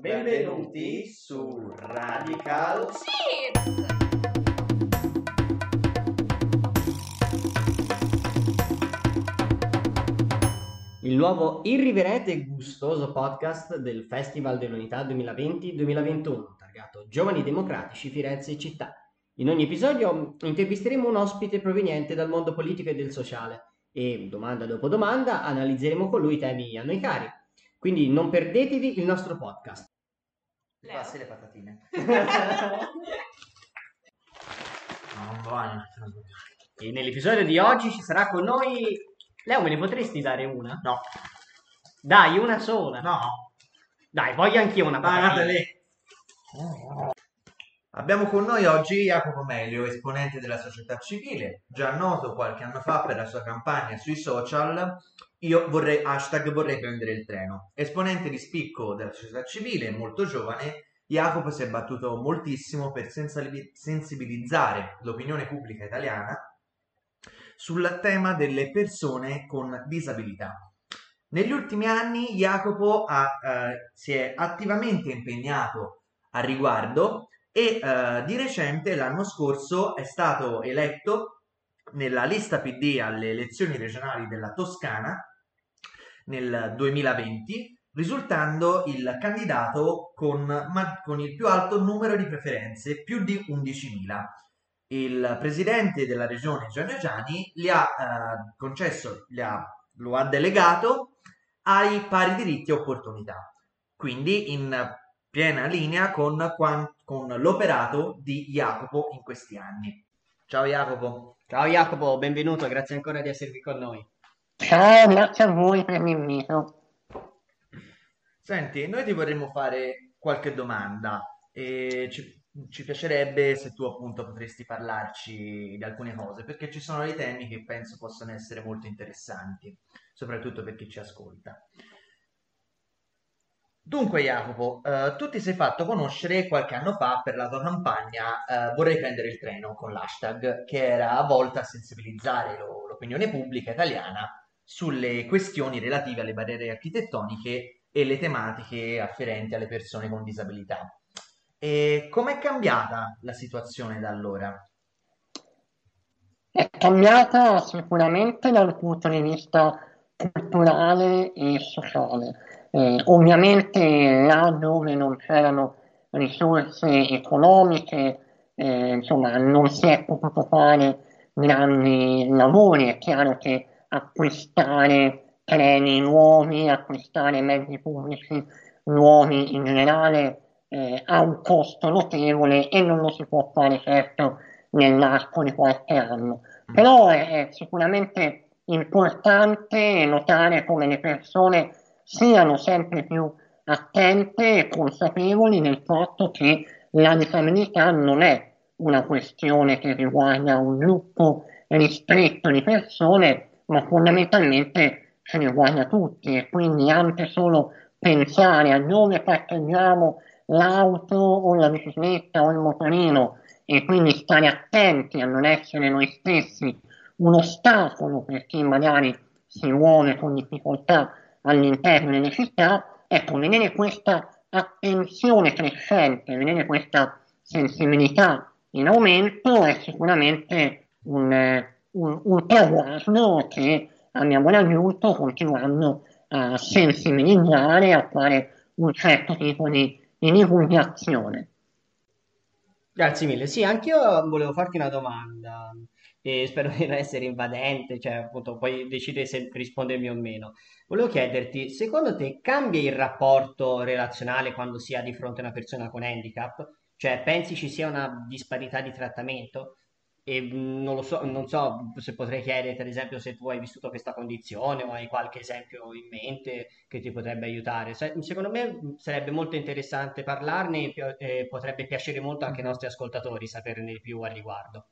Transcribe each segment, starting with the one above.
Benvenuti su Radical Cheers! Il nuovo irriverente e gustoso podcast del Festival dell'Unità 2020-2021, targato Giovani Democratici Firenze Città. In ogni episodio intervisteremo un ospite proveniente dal mondo politico e del sociale e, domanda dopo domanda, analizzeremo con lui temi a noi cari. Quindi non perdetevi il nostro podcast. Leo? Passi le patatine. Non voglio. E nell'episodio di oggi ci sarà con noi... Leo, me ne potresti dare una? No. Dai, una sola. No. Dai, voglio anch'io una patatina. Patatele. Abbiamo con noi oggi Jacopo Melio, esponente della società civile, già noto qualche anno fa per la sua campagna sui social #vorrei prendere il treno. Esponente di spicco della società civile, molto giovane, Jacopo si è battuto moltissimo per sensibilizzare l'opinione pubblica italiana sul tema delle persone con disabilità. Negli ultimi anni Jacopo si è attivamente impegnato al riguardo e di recente, l'anno scorso, è stato eletto nella lista PD alle elezioni regionali della Toscana nel 2020, risultando il candidato con il più alto numero di preferenze, più di 11.000. Il presidente della regione Gianni Giani lo ha delegato ai pari diritti e opportunità, quindi in piena linea con l'operato di Jacopo in questi anni. Ciao Jacopo. Ciao Jacopo, benvenuto, grazie ancora di essere qui con noi. Ciao, grazie a voi per l'invito. Senti, noi ti vorremmo fare qualche domanda e ci piacerebbe se tu appunto potresti parlarci di alcune cose, perché ci sono dei temi che penso possano essere molto interessanti, soprattutto per chi ci ascolta. Dunque Jacopo, tu ti sei fatto conoscere qualche anno fa per la tua campagna Vorrei prendere il treno con l'hashtag, che era volta a sensibilizzare l'opinione pubblica italiana sulle questioni relative alle barriere architettoniche e le tematiche afferenti alle persone con disabilità. E com'è cambiata la situazione da allora? È cambiata sicuramente dal punto di vista culturale e sociale. Ovviamente là dove non c'erano risorse economiche, insomma, non si è potuto fare grandi lavori. È chiaro che acquistare treni nuovi, acquistare mezzi pubblici nuovi in generale ha un costo notevole e non lo si può fare certo nell'arco di qualche anno. Però è sicuramente importante notare come le persone siano sempre più attente e consapevoli del fatto che la disabilità non è una questione che riguarda un gruppo ristretto di persone, ma fondamentalmente ci riguarda tutti, e quindi anche solo pensare a dove parcheggiamo l'auto o la bicicletta o il motorino, e quindi stare attenti a non essere noi stessi un ostacolo per chi magari si muove con difficoltà all'interno delle città. Ecco, vedere questa attenzione crescente, vedere questa sensibilità in aumento è sicuramente un traguardo che abbiamo raggiunto continuando a sensibilizzare, a fare un certo tipo di divulgazione. Grazie mille. Sì, anch'io volevo farti una domanda e spero di non essere invadente, cioè appunto puoi decidere se rispondermi o meno. Volevo chiederti, secondo te cambia il rapporto relazionale quando si ha di fronte a una persona con handicap? Cioè, pensi ci sia una disparità di trattamento? E non lo so, non so se potrei chiederti, ad esempio, se tu hai vissuto questa condizione o hai qualche esempio in mente che ti potrebbe aiutare. Secondo me sarebbe molto interessante parlarne e potrebbe piacere molto anche ai nostri ascoltatori saperne di più al riguardo.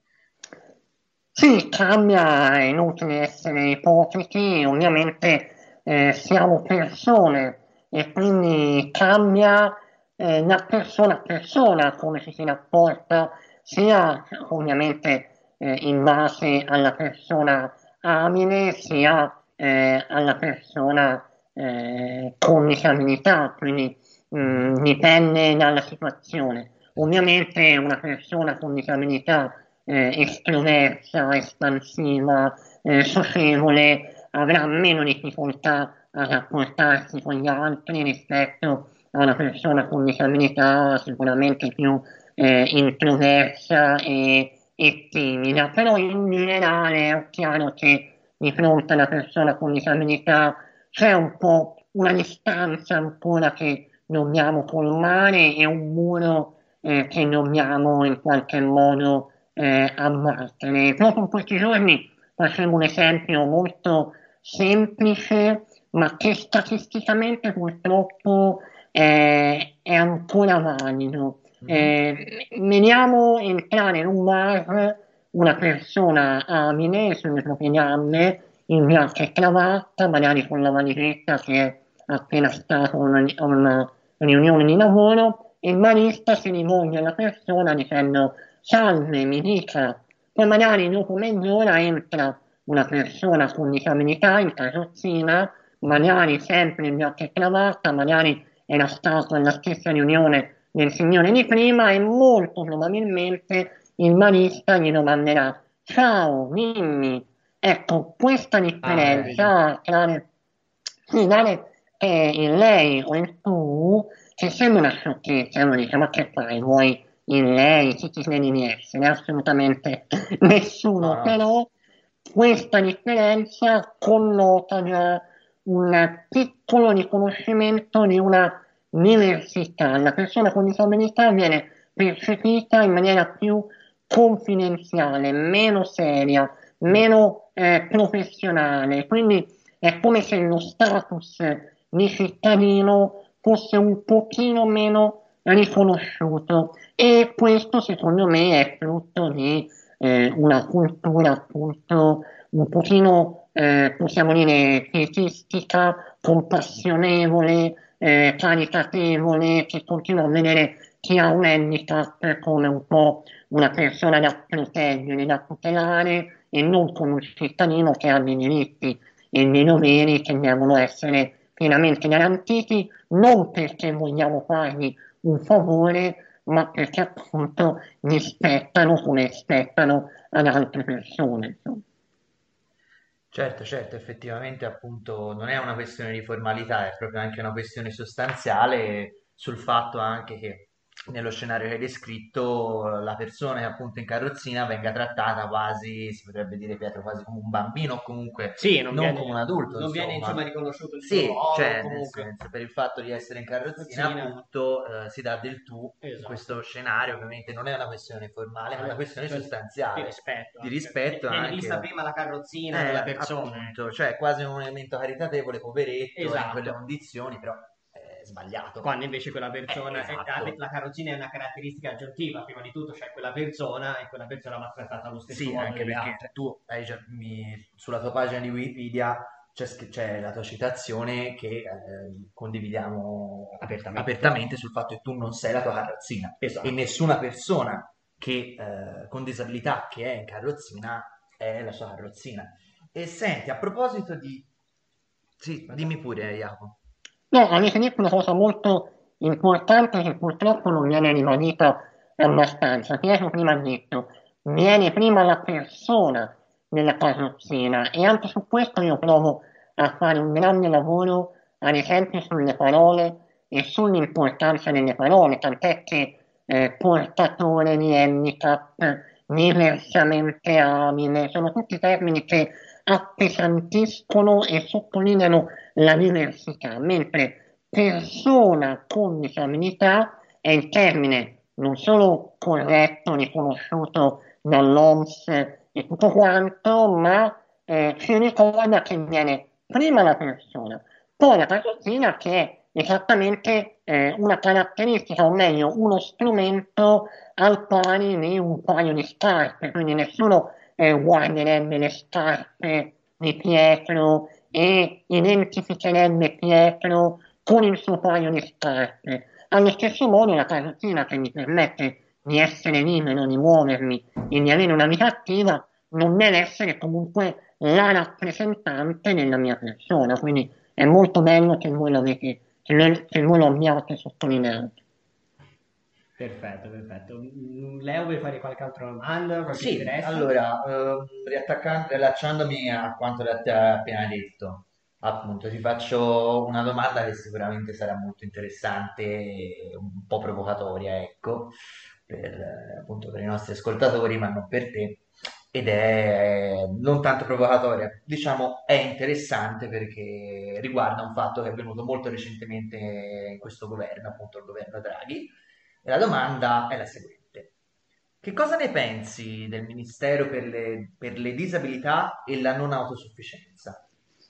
Sì, cambia, è inutile essere ipocriti, ovviamente siamo persone e quindi cambia da persona a persona come ci si rapporta, sia ovviamente in base alla persona abile, sia alla persona con disabilità, quindi dipende dalla situazione. Ovviamente una persona con disabilità estroversa, espansiva, socievole avrà meno difficoltà a rapportarsi con gli altri rispetto a una persona con disabilità sicuramente più introversa e timida, però in generale è chiaro che di fronte a una persona con disabilità c'è un po' una distanza ancora che dobbiamo colmare e un muro che dobbiamo in qualche modo abbattere. Proprio in questi giorni facevo un esempio molto semplice, ma che statisticamente purtroppo è ancora valido. Vediamo entrare in un bar una persona abile sulle proprie gambe, in giacca e cravatta, magari con la valigetta che è appena stato a una riunione di lavoro, e il barista si rivolge alla persona dicendo salve, mi dica. Poi magari dopo mezz'ora entra una persona con disabilità in carrozzina, magari sempre in giacca e cravatta, magari era stato nella stessa riunione del signore di prima e molto probabilmente il barista gli domanderà ciao, dimmi. Ecco, questa Vedi. differenza tra il lei o il tu, che sembra una sciocchezza, uno dice ma che fai, vuoi il lei, chi ti credi di essere? Assolutamente No, nessuno, no. però questa differenza connota già un piccolo riconoscimento di una diversità. La persona con disabilità viene percepita in maniera più confidenziale, meno seria, meno professionale. Quindi è come se lo status di cittadino fosse un pochino meno riconosciuto e questo secondo me è frutto di una cultura appunto un pochino possiamo dire pietistica, compassionevole, caritatevole, che continua a vedere chi ha un handicap come un po' una persona da proteggere, da tutelare e non come un cittadino che ha dei diritti e dei doveri che devono essere pienamente garantiti, non perché vogliamo fargli un favore, ma perché appunto li spettano come spettano ad altre persone. Insomma. Certo, certo, effettivamente appunto non è una questione di formalità, è proprio anche una questione sostanziale sul fatto anche che nello scenario che hai descritto la persona che appunto in carrozzina venga trattata quasi, si potrebbe dire Pietro, quasi come un bambino o comunque Sì, non come un adulto, non viene insomma insomma. riconosciuto il suo Sì, ruolo, cioè nel comunque senso per il fatto di essere in carrozzina cucina. appunto si dà del tu in Esatto. questo scenario, ovviamente non è una questione formale, ma è una questione Cioè, di sostanziale rispetto di anche. rispetto Viene vista anche. prima la carrozzina della persona, Appunto, ecco. cioè quasi un elemento caritatevole, poveretto, è in quelle Esatto. condizioni, però è sbagliato. Quando invece quella persona, Esatto. la carrozzina è una caratteristica aggiuntiva, prima di tutto c'è quella persona e quella persona va trattata allo stesso Sì, modo anche delle perché altre. tu hai sulla tua pagina di Wikipedia c'è la tua citazione che condividiamo Apertamente. apertamente sul fatto che tu non sei la tua carrozzina e Esatto. nessuna persona che, con disabilità che è in carrozzina è la sua carrozzina. E senti, a proposito di. Sì, dimmi pure, Jacopo. No, avete detto una cosa molto importante che purtroppo non viene ribadita abbastanza. Pietro prima ha detto, viene prima la persona nella carrozzina e anche su questo io provo a fare un grande lavoro, ad esempio sulle parole e sull'importanza delle parole, tant'è che portatore di handicap, diversamente abile, sono tutti termini che appesantiscono e sottolineano la diversità, mentre persona con disabilità è il termine non solo corretto, riconosciuto dall'OMS e tutto quanto, ma ci ricorda che viene prima la persona, poi la carrozzina che è esattamente una caratteristica, o meglio, uno strumento al pari di un paio di scarpe, quindi nessuno guarderebbe le scarpe di Pietro e identificherebbe Pietro con il suo paio di scarpe. Allo stesso modo la carrozzina che mi permette di essere libero, di muovermi e di avere una vita attiva non deve essere comunque la rappresentante della mia persona, quindi è molto bello che voi che voi lo abbiate sottolineato. Perfetto, perfetto. Leo, vuoi fare qualche altra domanda? Qualche Sì, interesse? allora, rilacciandomi a quanto ti ho appena detto, appunto, ti faccio una domanda che sicuramente sarà molto interessante e un po' provocatoria, ecco, appunto per i nostri ascoltatori, ma non per te, ed è non tanto provocatoria, diciamo è interessante perché riguarda un fatto che è avvenuto molto recentemente in questo governo, appunto il governo Draghi, e la domanda è la seguente. Che cosa ne pensi del Ministero per le disabilità e la non autosufficienza?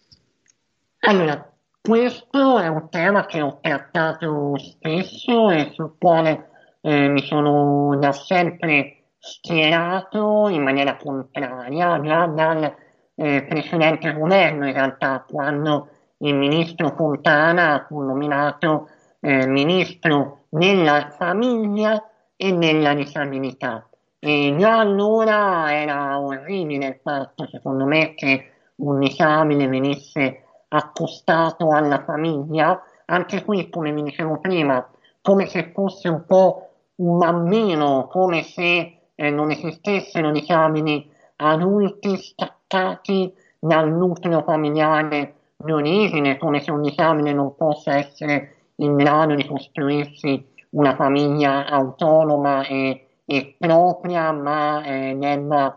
Allora, questo è un tema che ho trattato spesso e sul quale mi sono da sempre schierato in maniera contraria, già dal precedente governo, in realtà, quando il ministro Fontana fu nominato ministro della famiglia e della disabilità. E già allora era orribile il fatto, secondo me, che un disabile venisse accostato alla famiglia, anche qui, come vi dicevo prima, come se fosse un po' un bambino, come se non esistessero disabili adulti staccati dal nucleo familiare di origine, come se un disabile non possa essere in grado di costruirsi una famiglia autonoma e propria, ma debba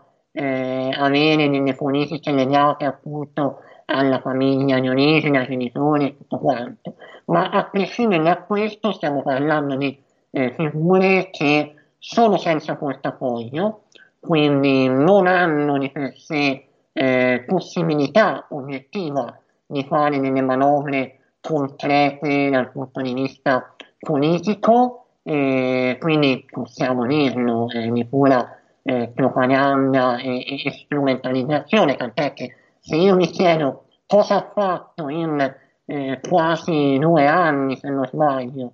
avere delle politiche legate appunto alla famiglia di origine, ai genitori e tutto quanto. Ma a prescindere da questo stiamo parlando di figure che sono senza portafoglio, quindi non hanno di per sé possibilità oggettiva di fare delle manovre concrete dal punto di vista politico, quindi possiamo dirlo di pura propaganda e strumentalizzazione, tant'è che se io mi chiedo cosa ha fatto in quasi 2 anni, se non sbaglio,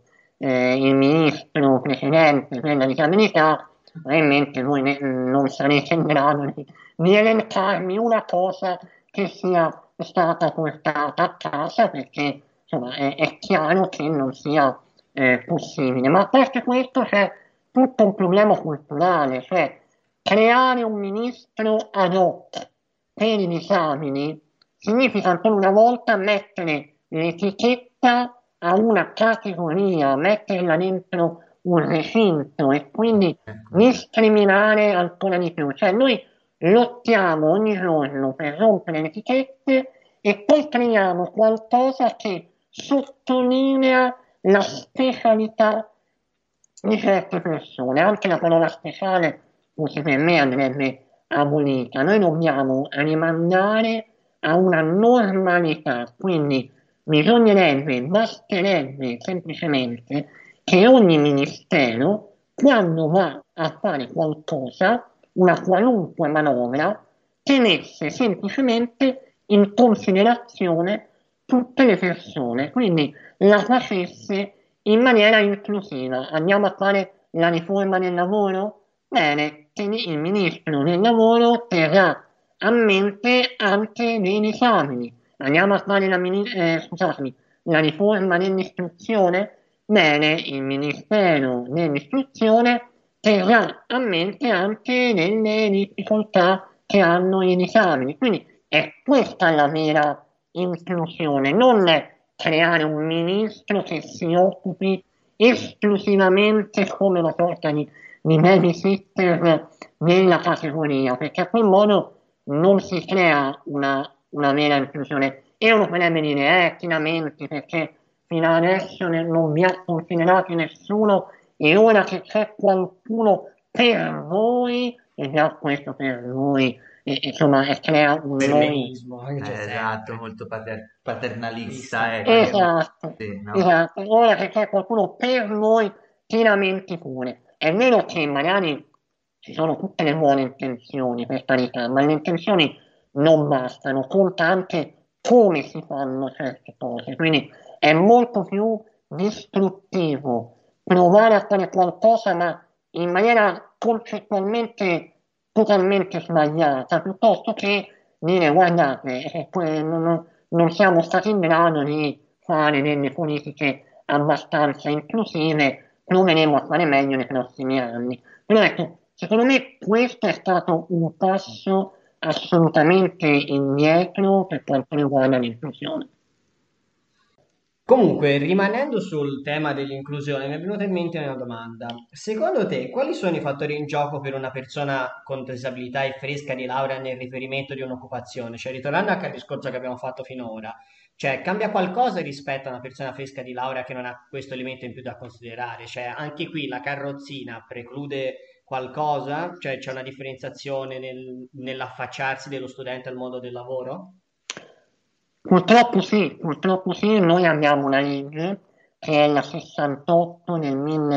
il ministro precedente per la disabilità, probabilmente voi non sarete in grado di elencarmi una cosa che sia stata portata a casa perché insomma è chiaro che non sia possibile. Ma a parte questo c'è tutto un problema culturale, cioè creare un ministro ad hoc per i disabili significa ancora una volta mettere l'etichetta a una categoria, metterla dentro un recinto e quindi Ecco. discriminare ancora di più. Cioè noi lottiamo ogni giorno per rompere le etichette e poi creiamo qualcosa che sottolinea la specialità di certe persone. Anche la parola speciale, forse per me, andrebbe abolita. Noi dobbiamo rimandare a una normalità, quindi bisognerebbe, basterebbe semplicemente che ogni ministero, quando va a fare qualcosa, una qualunque manovra, tenesse semplicemente in considerazione tutte le persone, quindi la facesse in maniera inclusiva. Andiamo a fare la riforma del lavoro? Bene, che il ministro del lavoro terrà a mente anche dei disabili. Andiamo a fare scusatemi, la riforma dell'istruzione? Bene, il Ministero dell'Istruzione terrà a mente anche delle difficoltà che hanno i disabili. Quindi è questa la vera inclusione, non creare un ministro che si occupi esclusivamente come una sorta di babysitter nella categoria, perché a quel modo non si crea una vera inclusione. E uno potrebbe dire, ti lamenti perché fino adesso non vi ha considerato nessuno e ora che c'è qualcuno per voi, e già questo per voi, insomma, crea un noi. Perbenismo, che c'è Esatto, sempre. molto Sì, sì, paternalista, ecco. poi Esatto, Sì, no? esatto. Ora che c'è qualcuno per noi, ti lamenti pure. È vero che magari ci sono tutte le buone intenzioni, per carità, ma le intenzioni non bastano, conta anche come si fanno certe cose. Quindi è molto più distruttivo provare a fare qualcosa, ma in maniera concettualmente totalmente sbagliata, piuttosto che dire guardate, non siamo stati in grado di fare delle politiche abbastanza inclusive, proveremo a fare meglio nei prossimi anni. Però ecco, secondo me questo è stato un passo assolutamente indietro per quanto riguarda l'inclusione. Comunque, rimanendo sul tema dell'inclusione, mi è venuta in mente una domanda. Secondo te, quali sono i fattori in gioco per una persona con disabilità e fresca di laurea nel riferimento di un'occupazione? Cioè, ritornando anche al discorso che abbiamo fatto finora, cioè, cambia qualcosa rispetto a una persona fresca di laurea che non ha questo elemento in più da considerare? Cioè, anche qui la carrozzina preclude qualcosa? Cioè, c'è una differenziazione nell'affacciarsi dello studente al mondo del lavoro? Purtroppo sì, noi abbiamo una legge che è la 68 del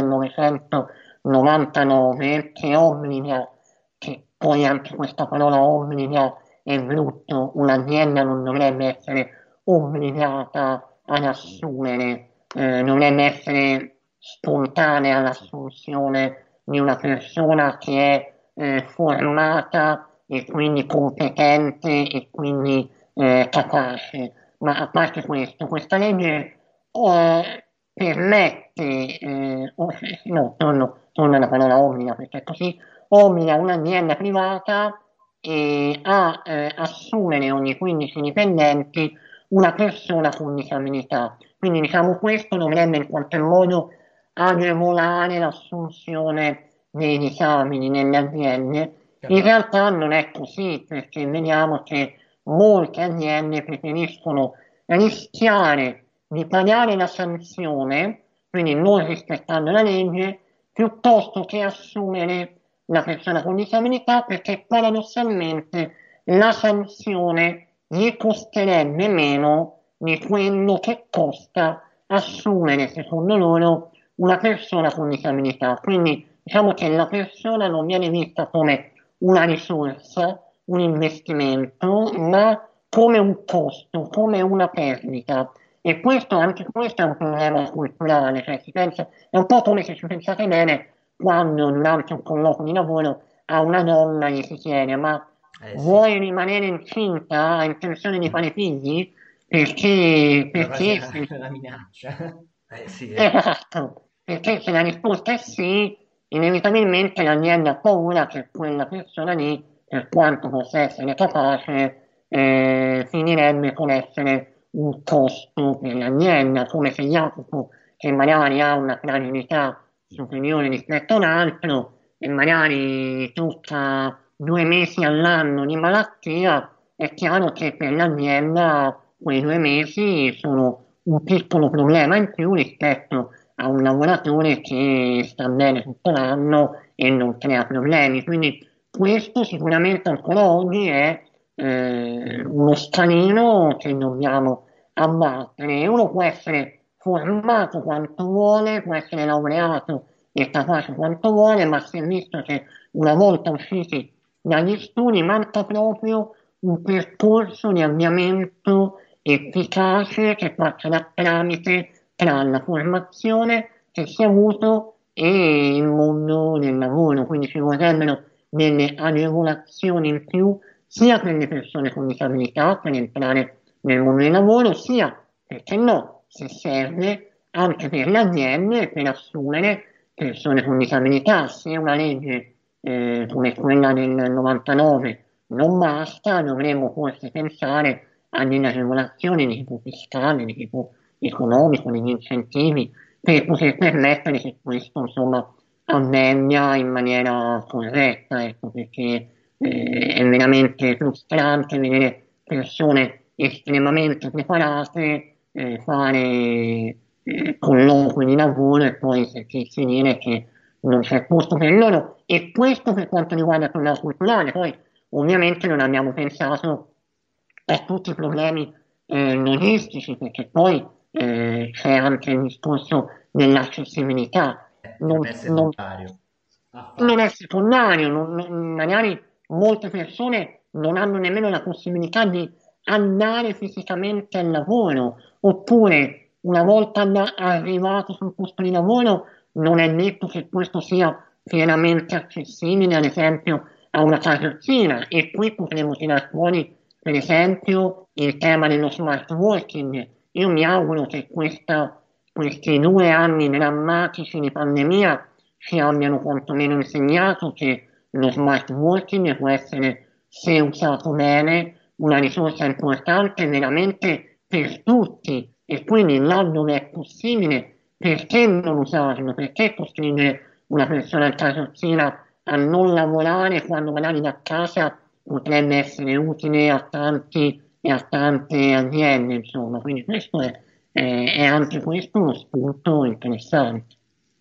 1999 che obbliga, che poi anche questa parola obbliga è brutto, un'azienda non dovrebbe essere obbligata ad assumere, dovrebbe essere spontanea l'assunzione di una persona che è formata e quindi competente e quindi capace. Ma a parte questo, questa legge permette, no, torno alla parola obbliga perché è così, obbliga un'azienda privata a assumere ogni 15 dipendenti una persona con disabilità. Quindi diciamo questo dovrebbe in qualche modo agevolare l'assunzione dei disabili nelle aziende. In Capito? realtà non è così perché vediamo che molte aziende preferiscono rischiare di pagare la sanzione, quindi non rispettando la legge, piuttosto che assumere la persona con disabilità perché paradossalmente la sanzione gli costerebbe meno di quello che costa assumere, secondo loro, una persona con disabilità. Quindi diciamo che la persona non viene vista come una risorsa, un investimento, ma come un costo, come una perdita. E questo, anche questo è un problema culturale, cioè si pensa, è un po' come se ci pensate bene quando durante un colloquio di lavoro a una donna gli si chiede ma Sì, vuoi rimanere incinta? Hai intenzione di fare figli? Perché, È quasi perché una, se, una minaccia. sì, esatto, perché se la risposta è sì, inevitabilmente l'azienda ha paura che quella persona lì, per quanto possa essere capace, finirebbe con essere un costo per l'azienda, come se Jacopo, che magari ha una fragilità superiore rispetto a un altro e magari tocca 2 mesi all'anno di malattia, è chiaro che per l'azienda quei 2 mesi sono un piccolo problema in più rispetto a un lavoratore che sta bene tutto l'anno e non crea problemi. Quindi questo sicuramente ancora oggi è uno scalino che dobbiamo abbattere. Uno può essere formato quanto vuole, può essere laureato e capace quanto vuole, ma si è visto che una volta usciti dagli studi manca proprio un percorso di avviamento efficace che faccia da tramite tra la formazione che si è avuto e il mondo del lavoro, quindi ci vorrebbero delle agevolazioni in più sia per le persone con disabilità per entrare nel mondo del lavoro, sia, perché no, se serve anche per le aziende per assumere persone con disabilità. Se una legge come quella del 99 non basta, dovremmo forse pensare a delle agevolazioni di tipo fiscale, di tipo economico, degli incentivi per poter permettere che questo insomma avvenga in maniera corretta, ecco, perché è veramente frustrante vedere persone estremamente preparate fare colloqui di lavoro e poi sentirsi dire che non c'è posto per loro. E questo per quanto riguarda il problema culturale, poi ovviamente non abbiamo pensato a tutti i problemi logistici, perché poi c'è anche il discorso dell'accessibilità. non Non, è non secondario. non Affatto. è secondario, magari molte persone non hanno nemmeno la possibilità di andare fisicamente al lavoro, oppure una volta arrivato sul posto di lavoro non è detto che questo sia pienamente accessibile, ad esempio, a una carrozzina e qui potremo tirare fuori, per esempio, il tema dello smart working, Io mi auguro che questi 2 anni drammatici di pandemia ci abbiano quantomeno insegnato che lo smart working può essere, se usato bene, una risorsa importante veramente per tutti e quindi là dove è possibile, perché non usarlo? Perché costringere una persona in carrozzina a non lavorare quando magari da casa potrebbe essere utile a tanti e a tante aziende, insomma, quindi questo è anche questo uno spunto interessante.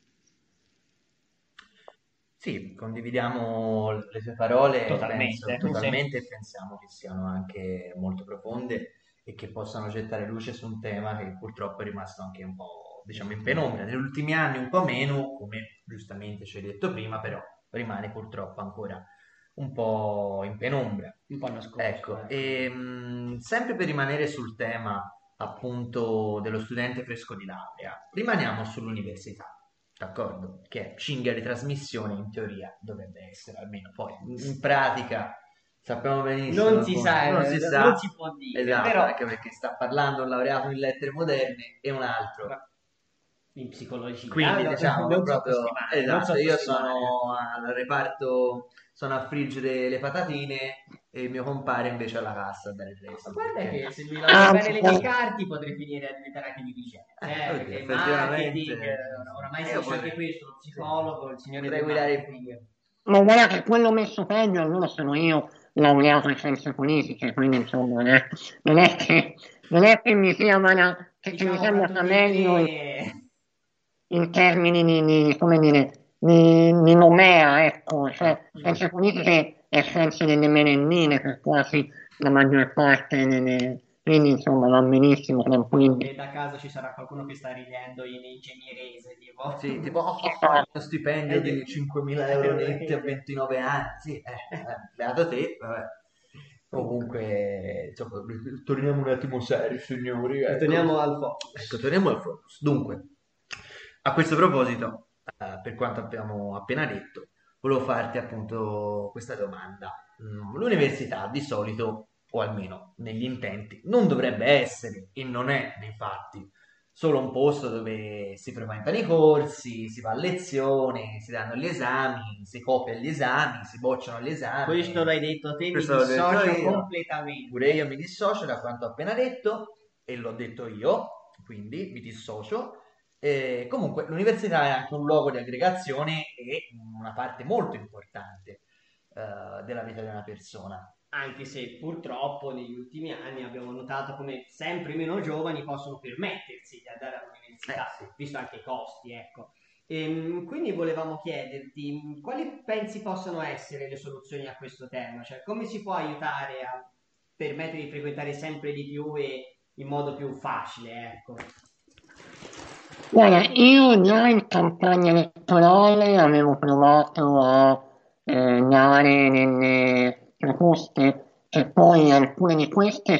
Sì, condividiamo le tue parole, penso Totalmente, sì. totalmente e pensiamo che siano anche molto profonde e che possano gettare luce su un tema che purtroppo è rimasto anche un po', diciamo, in penombra. Negli ultimi anni un po' meno, come giustamente ci hai detto prima, però rimane purtroppo ancora un po' in penombra. Un po' nascosto, Ecco, ecco. e sempre per rimanere sul tema appunto dello studente fresco di laurea, rimaniamo sull'università. D'accordo? Che cinghia di trasmissione in teoria dovrebbe essere, almeno poi in pratica sappiamo benissimo Non si sa, non si sa. non si può dire, Esatto, però anche perché sta parlando un laureato in lettere moderne e un altro. in psicologia, Quindi diciamo non proprio sottostimare, non esatto, io sottostimare. sono al reparto, sono a friggere le patatine e il mio compare invece alla cassa a dare il Ma resto. guarda perché- che se mi lavoro bene le mie carti potrei finire a diventare anche dirigente, oddio, perché il effettivamente marketing, oramai si io dice anche potrei, questo, lo psicologo, il signore potrei del guidare il marketing. Ma guarda che quello messo peggio allora sono io laureato in scienze politiche, quindi insomma non è che mi sia che mi Diciamo sia fra andata tutti e meglio tre, in termini come dire, di nomea, ecco, cioè scienze politiche e scienze delle merendine per quasi la maggior parte quindi insomma va benissimo, tranquilli. e da casa ci sarà qualcuno che sta ridendo in ingegnerese, tipo. sì, tipo Esatto. uno stipendio di 5.000 euro netti a 29 anni, sì, beato te, vabbè. Comunque, insomma, torniamo un attimo seri, signori, ecco. Torniamo al focus. Ecco, torniamo al focus. Dunque, a questo proposito, per quanto abbiamo appena detto, volevo farti appunto questa domanda. L'università di solito, o almeno negli intenti, non dovrebbe essere, e non è nei fatti, solo un posto dove si frequentano i corsi, si va a lezione, si danno gli esami, si copia gli esami, si bocciano gli esami. Questo l'hai detto te, mi Questo l'ho detto dissocio io. completamente. Pure io mi dissocio da quanto ho appena detto e l'ho detto io, quindi mi dissocio. Comunque l'università è anche un luogo di aggregazione e una parte molto importante della vita di una persona. Anche se purtroppo negli ultimi anni abbiamo notato come sempre meno giovani possono permettersi di andare all'università, Sì. visto anche i costi, ecco. Quindi volevamo chiederti quali pensi possano essere le soluzioni a questo tema, cioè come si può aiutare a permettere di frequentare sempre di più e in modo più facile, ecco. Guarda, io già in campagna elettorale avevo provato a dare delle proposte e poi alcune di queste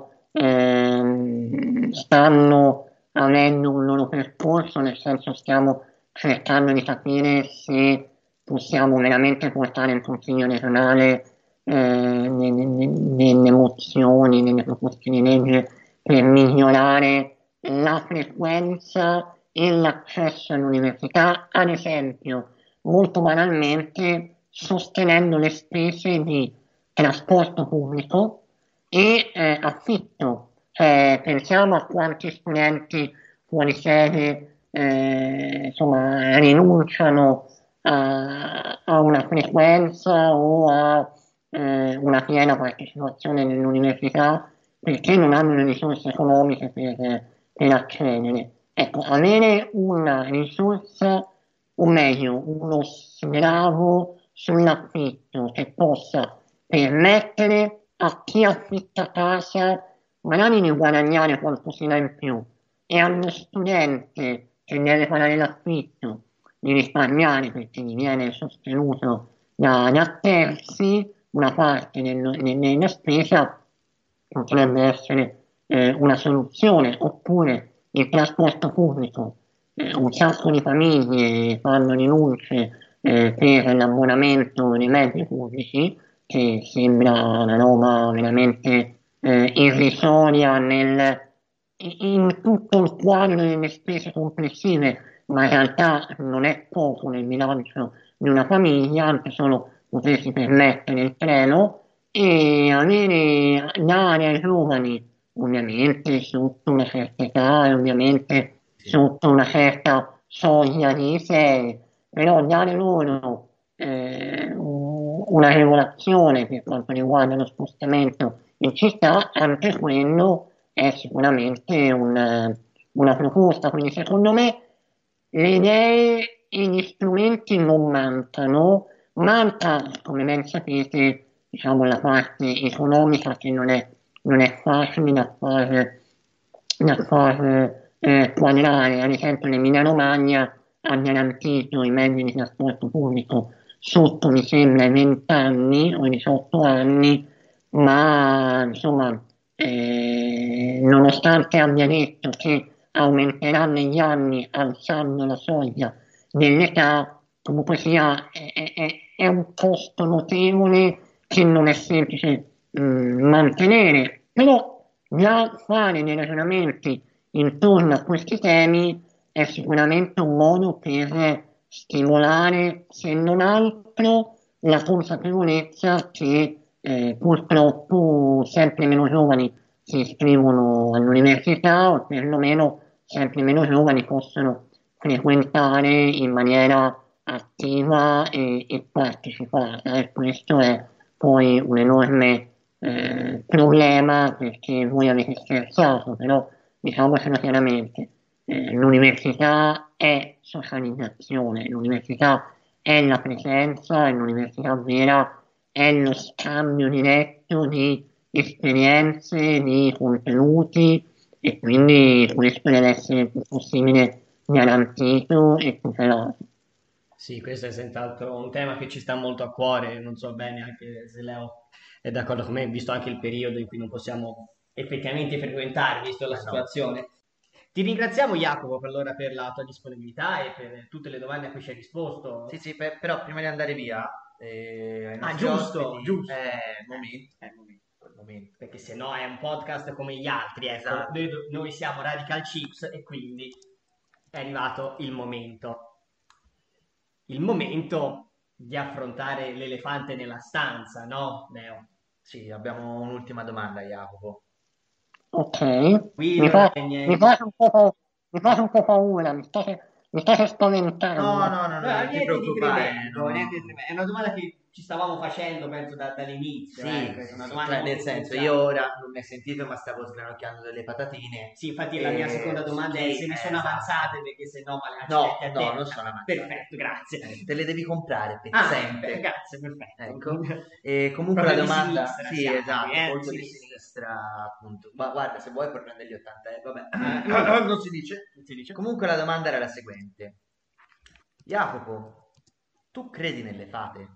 stanno avendo un loro percorso, nel senso stiamo cercando di capire se possiamo veramente portare in Consiglio regionale delle mozioni, delle proposte di legge per migliorare la frequenza e l'accesso all'università, ad esempio, molto banalmente sostenendo le spese di trasporto pubblico e affitto. Pensiamo a quanti studenti fuori sede insomma, rinunciano a una frequenza o a una piena partecipazione nell'università perché non hanno le risorse economiche per accedere. Ecco, avere una risorsa, o meglio, uno sgravo sull'affitto che possa permettere a chi affitta casa magari di guadagnare qualcosina in più e allo studente che deve pagare l'affitto di risparmiare perché gli viene sostenuto da terzi una parte della spesa potrebbe essere una soluzione, oppure il trasporto pubblico. Un sacco di famiglie fanno rinunce per l'abbonamento dei mezzi pubblici, che sembra una roba veramente irrisoria in tutto il quadro delle spese complessive, ma in realtà non è poco nel bilancio di una famiglia, anche solo potersi permettere il treno e dare ai giovani, ovviamente sotto una certa età e ovviamente Sì. sotto una certa soglia di sé, però dare loro una regolazione per quanto riguarda lo spostamento in città, anche quello è sicuramente una proposta. Quindi secondo me le idee e gli strumenti non mancano, manca, come ben sapete, diciamo, la parte economica che non è facile da far quadrare. Ad esempio l'Emilia Romagna ha garantito i mezzi di trasporto pubblico sotto, mi sembra, i 20 anni o i 18 anni, ma insomma, nonostante abbia detto che aumenterà negli anni alzando la soglia dell'età, comunque sia, è un costo notevole che non è semplice mantenere, però già fare dei ragionamenti intorno a questi temi è sicuramente un modo per stimolare, se non altro, la consapevolezza che purtroppo sempre meno giovani si iscrivono all'università o perlomeno sempre meno giovani possono frequentare in maniera attiva e partecipata. E questo è poi un enorme problema perché voi avete scherzato, però diciamocelo chiaramente, l'università è socializzazione, l'università è la presenza e l'università vera è lo scambio diretto di esperienze, di contenuti e quindi questo deve essere il più possibile garantito e tutelato. Sì, questo è senz'altro un tema che ci sta molto a cuore, non so bene anche se Leo è d'accordo con me, visto anche il periodo in cui non possiamo effettivamente frequentare, visto la Ma no. situazione. Ti ringraziamo Jacopo per la tua disponibilità e per tutte le domande a cui ci hai risposto. Sì, sì, però prima di andare via, ai Ah, nostri giusto, ospiti, giusto. momento, Momento. momento. Perché se no è un podcast come gli altri, ecco. Esatto. Noi siamo Radical Chips e quindi è arrivato il momento. Il momento di affrontare l'elefante nella stanza, no, Leo? Sì, abbiamo un'ultima domanda, Jacopo. Ok, Qui mi non fa, è mi niente. fa un po', mi fa un po' paura, mi state No, spaventando. no, no, no, No, non ti niente di preoccupare. tremendo, niente di tremendo. È una domanda che ci stavamo facendo, penso, dall'inizio, Sì, ecco, è sì, una sì, domanda cioè nel molto senso essenziale. io ora non mi hai sentito ma stavo sgranocchiando delle patatine Sì, infatti la mia seconda domanda è se ne sono esatto. avanzate perché se no male No, accidenti a no, te. non sono avanzate. Perfetto, grazie. Te le devi comprare, Ah, pezzente. grazie, perfetto. Ecco, e comunque la Proprio di domanda, sinistra sì, siamo qui, esatto, di molto di sinistra. sinistra, appunto. Ma guarda, se vuoi puoi prendere gli 80, vabbè. No, Non si dice. non si dice. Comunque la domanda era la seguente. Jacopo, tu credi nelle fate?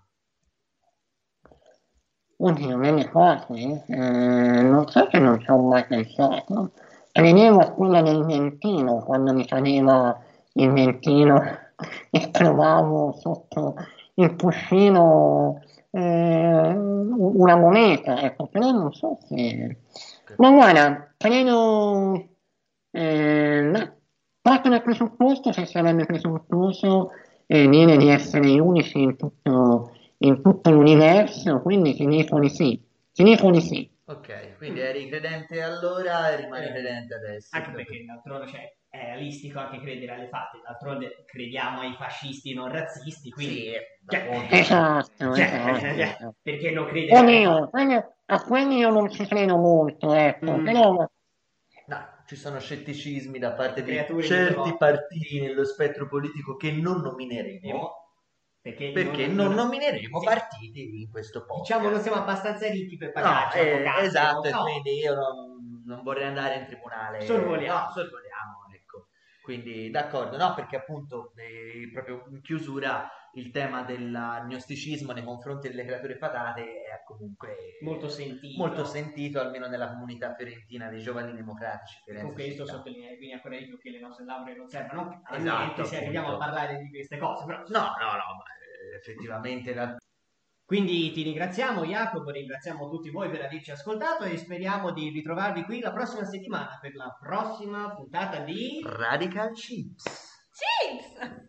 Oddio, nelle cose, non so che non ci ho mai pensato. Credevo a quella del Ventino, quando mi cadeva il Ventino e trovavo sotto il cuscino una moneta, ecco, però non so se... Ma guarda, credo... ma parto dal presupposto che sarebbe presuntuoso dire di essere gli unici in tutto l'universo, quindi ti dico di sì, ti dico di sì. Ok, quindi eri credente allora e rimani Eh, credente adesso. Anche perché d'altronde cioè, è realistico anche credere alle fate, d'altronde crediamo ai fascisti non razzisti, quindi Sì, cioè, appunto. Esatto, cioè, esatto. perché non credere alle Oddio, fate? a quelli io non ci credo molto, ecco, Mm, però No, ci sono scetticismi da parte di creature certi mitologiche. partiti nello spettro politico che non nomineremo, Perché perché non nomineremo sì, partiti in questo diciamo non podcast. siamo abbastanza ricchi per No, pagarci avvocati, esatto, e no, quindi io non vorrei andare in tribunale. sorvoliamo. No, sorvoliamo, ecco. Quindi d'accordo, no, perché appunto proprio in chiusura il tema dell'agnosticismo nei confronti delle creature fatate è comunque Molto sentito. molto sentito, almeno nella comunità fiorentina dei giovani democratici. E con Firenze questo città. sottolinea quindi ancora di più che le nostre lauree non servono a Esatto, niente se arriviamo a appunto. parlare di queste cose, però No, no, no, ma effettivamente Quindi ti ringraziamo Jacopo, ringraziamo tutti voi per averci ascoltato e speriamo di ritrovarvi qui la prossima settimana per la prossima puntata di... Radical Chips. Chips!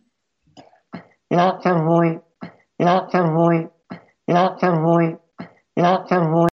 Grazie a voi, grazie a voi, grazie a voi, grazie a voi.